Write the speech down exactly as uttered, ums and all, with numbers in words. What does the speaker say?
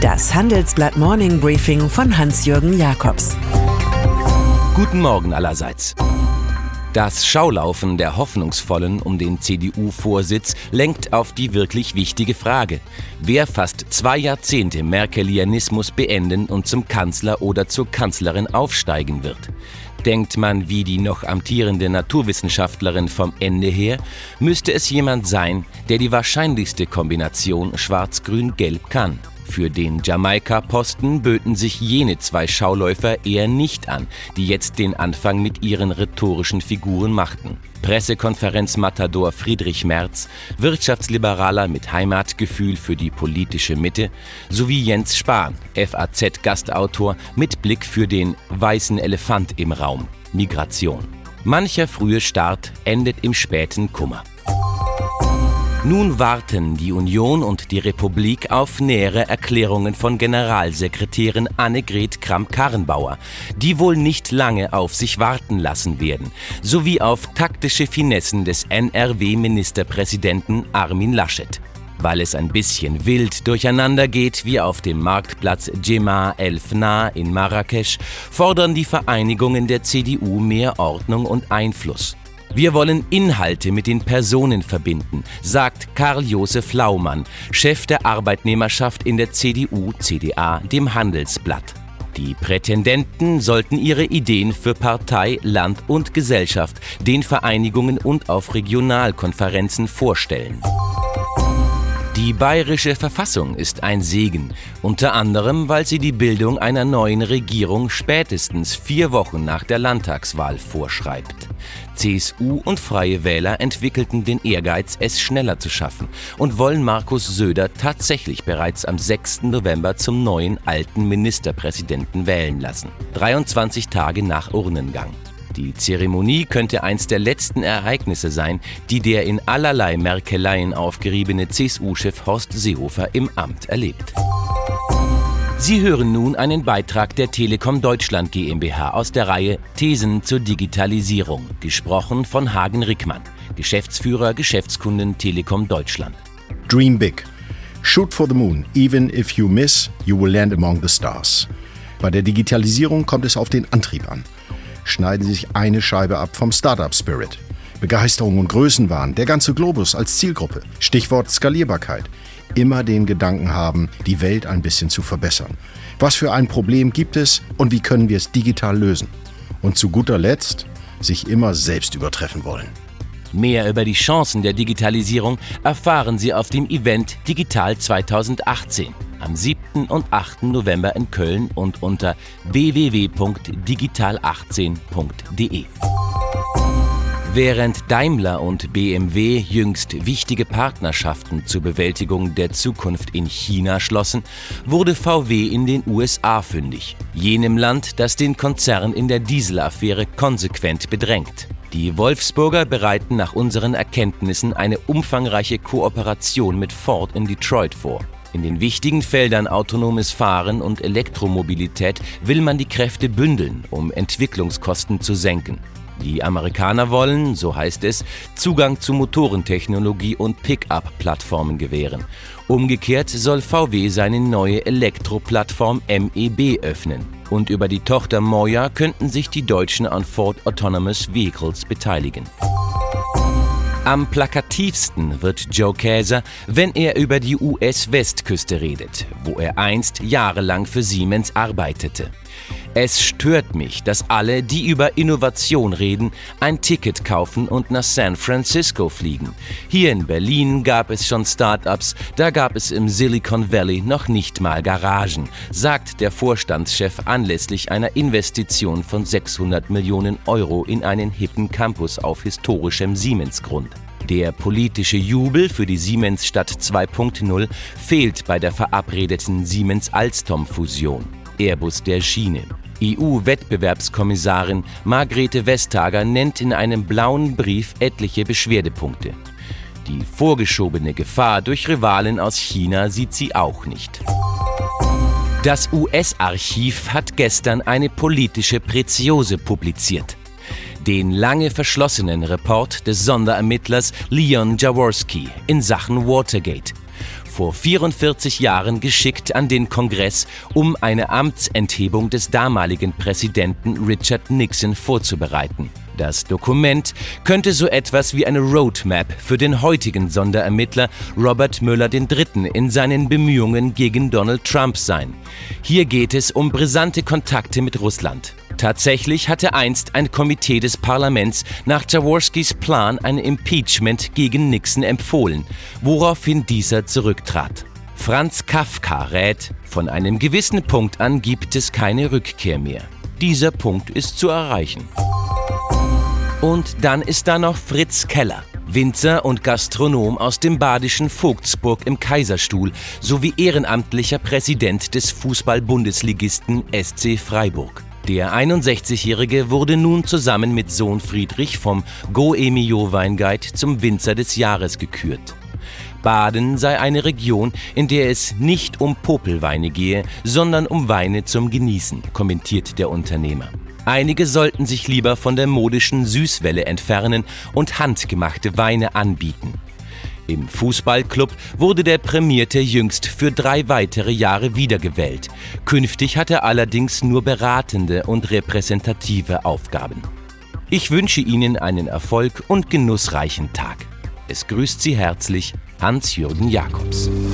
Das Handelsblatt Morning Briefing von Hans-Jürgen Jakobs. Guten Morgen allerseits. Das Schaulaufen der Hoffnungsvollen um den C D U-Vorsitz lenkt auf die wirklich wichtige Frage: Wer fast zwei Jahrzehnte Merkelianismus beenden und zum Kanzler oder zur Kanzlerin aufsteigen wird? Denkt man wie die noch amtierende Naturwissenschaftlerin vom Ende her, müsste es jemand sein, der die wahrscheinlichste Kombination Schwarz-Grün-Gelb kann. Für den Jamaika-Posten böten sich jene zwei Schauläufer eher nicht an, die jetzt den Anfang mit ihren rhetorischen Figuren machten. Pressekonferenz-Matador Friedrich Merz, Wirtschaftsliberaler mit Heimatgefühl für die politische Mitte, sowie Jens Spahn, F A Z-Gastautor mit Blick für den weißen Elefant im Raum: Migration. Mancher frühe Start endet im späten Kummer. Nun warten die Union und die Republik auf nähere Erklärungen von Generalsekretärin Annegret Kramp-Karrenbauer, die wohl nicht lange auf sich warten lassen werden, sowie auf taktische Finessen des N R W-Ministerpräsidenten Armin Laschet. Weil es ein bisschen wild durcheinander geht wie auf dem Marktplatz Jemaa El Fna in Marrakesch, fordern die Vereinigungen der C D U mehr Ordnung und Einfluss. Wir wollen Inhalte mit den Personen verbinden, sagt Karl-Josef Laumann, Chef der Arbeitnehmerschaft in der C D U C D A, dem Handelsblatt. Die Prätendenten sollten ihre Ideen für Partei, Land und Gesellschaft den Vereinigungen und auf Regionalkonferenzen vorstellen. Die bayerische Verfassung ist ein Segen, unter anderem, weil sie die Bildung einer neuen Regierung spätestens vier Wochen nach der Landtagswahl vorschreibt. C S U und Freie Wähler entwickelten den Ehrgeiz, es schneller zu schaffen und wollen Markus Söder tatsächlich bereits am sechsten November zum neuen alten Ministerpräsidenten wählen lassen, dreiundzwanzig Tage nach Urnengang. Die Zeremonie könnte eins der letzten Ereignisse sein, die der in allerlei Merkeleien aufgeriebene C S U-Chef Horst Seehofer im Amt erlebt. Sie hören nun einen Beitrag der Telekom Deutschland GmbH aus der Reihe Thesen zur Digitalisierung, gesprochen von Hagen Rickmann, Geschäftsführer Geschäftskunden Telekom Deutschland. Dream big. Shoot for the moon. Even if you miss, you will land among the stars. Bei der Digitalisierung kommt es auf den Antrieb an. Schneiden Sie sich eine Scheibe ab vom Startup-Spirit. Begeisterung und Größenwahn, der ganze Globus als Zielgruppe. Stichwort Skalierbarkeit. Immer den Gedanken haben, die Welt ein bisschen zu verbessern. Was für ein Problem gibt es und wie können wir es digital lösen? Und zu guter Letzt, sich immer selbst übertreffen wollen. Mehr über die Chancen der Digitalisierung erfahren Sie auf dem Event Digital zweitausendachtzehn am siebten und achten November in Köln und unter w w w punkt digital achtzehn punkt d e. Während Daimler und B M W jüngst wichtige Partnerschaften zur Bewältigung der Zukunft in China schlossen, wurde V W in den U S A fündig, jenem Land, das den Konzern in der Dieselaffäre konsequent bedrängt. Die Wolfsburger bereiten nach unseren Erkenntnissen eine umfangreiche Kooperation mit Ford in Detroit vor. In den wichtigen Feldern autonomes Fahren und Elektromobilität will man die Kräfte bündeln, um Entwicklungskosten zu senken. Die Amerikaner wollen, so heißt es, Zugang zu Motorentechnologie und Pick-up-Plattformen gewähren. Umgekehrt soll V W seine neue Elektroplattform M E B öffnen. Und über die Tochter Moya könnten sich die Deutschen an Ford Autonomous Vehicles beteiligen. Am plakativsten wird Joe Käser, wenn er über die U S-Westküste redet, wo er einst jahrelang für Siemens arbeitete. Es stört mich, dass alle, die über Innovation reden, ein Ticket kaufen und nach San Francisco fliegen. Hier in Berlin gab es schon Start-ups, da gab es im Silicon Valley noch nicht mal Garagen, sagt der Vorstandschef anlässlich einer Investition von sechshundert Millionen Euro in einen hippen Campus auf historischem Siemens-Grund. Der politische Jubel für die Siemens-Stadt zwei Punkt null fehlt bei der verabredeten Siemens-Alstom-Fusion. Airbus der Schiene. E U-Wettbewerbskommissarin Margrethe Vestager nennt in einem blauen Brief etliche Beschwerdepunkte. Die vorgeschobene Gefahr durch Rivalen aus China sieht sie auch nicht. Das U S-Archiv hat gestern eine politische Preziose publiziert. Den lange verschlossenen Report des Sonderermittlers Leon Jaworski in Sachen Watergate. Vor vierundvierzig Jahren geschickt an den Kongress, um eine Amtsenthebung des damaligen Präsidenten Richard Nixon vorzubereiten. Das Dokument könnte so etwas wie eine Roadmap für den heutigen Sonderermittler Robert Mueller der Dritte in seinen Bemühungen gegen Donald Trump sein. Hier geht es um brisante Kontakte mit Russland. Tatsächlich hatte einst ein Komitee des Parlaments nach Jaworskis Plan ein Impeachment gegen Nixon empfohlen, woraufhin dieser zurücktrat. Franz Kafka rät, von einem gewissen Punkt an gibt es keine Rückkehr mehr. Dieser Punkt ist zu erreichen. Und dann ist da noch Fritz Keller, Winzer und Gastronom aus dem badischen Vogtsburg im Kaiserstuhl sowie ehrenamtlicher Präsident des Fußball-Bundesligisten S C Freiburg. Der einundsechzigjährige wurde nun zusammen mit Sohn Friedrich vom Goemio Weinguide zum Winzer des Jahres gekürt. Baden sei eine Region, in der es nicht um Popelweine gehe, sondern um Weine zum Genießen, kommentiert der Unternehmer. Einige sollten sich lieber von der modischen Süßwelle entfernen und handgemachte Weine anbieten. Im Fußballclub wurde der Prämierte jüngst für drei weitere Jahre wiedergewählt. Künftig hat er allerdings nur beratende und repräsentative Aufgaben. Ich wünsche Ihnen einen Erfolg- und genussreichen Tag. Es grüßt Sie herzlich Hans-Jürgen Jakobs.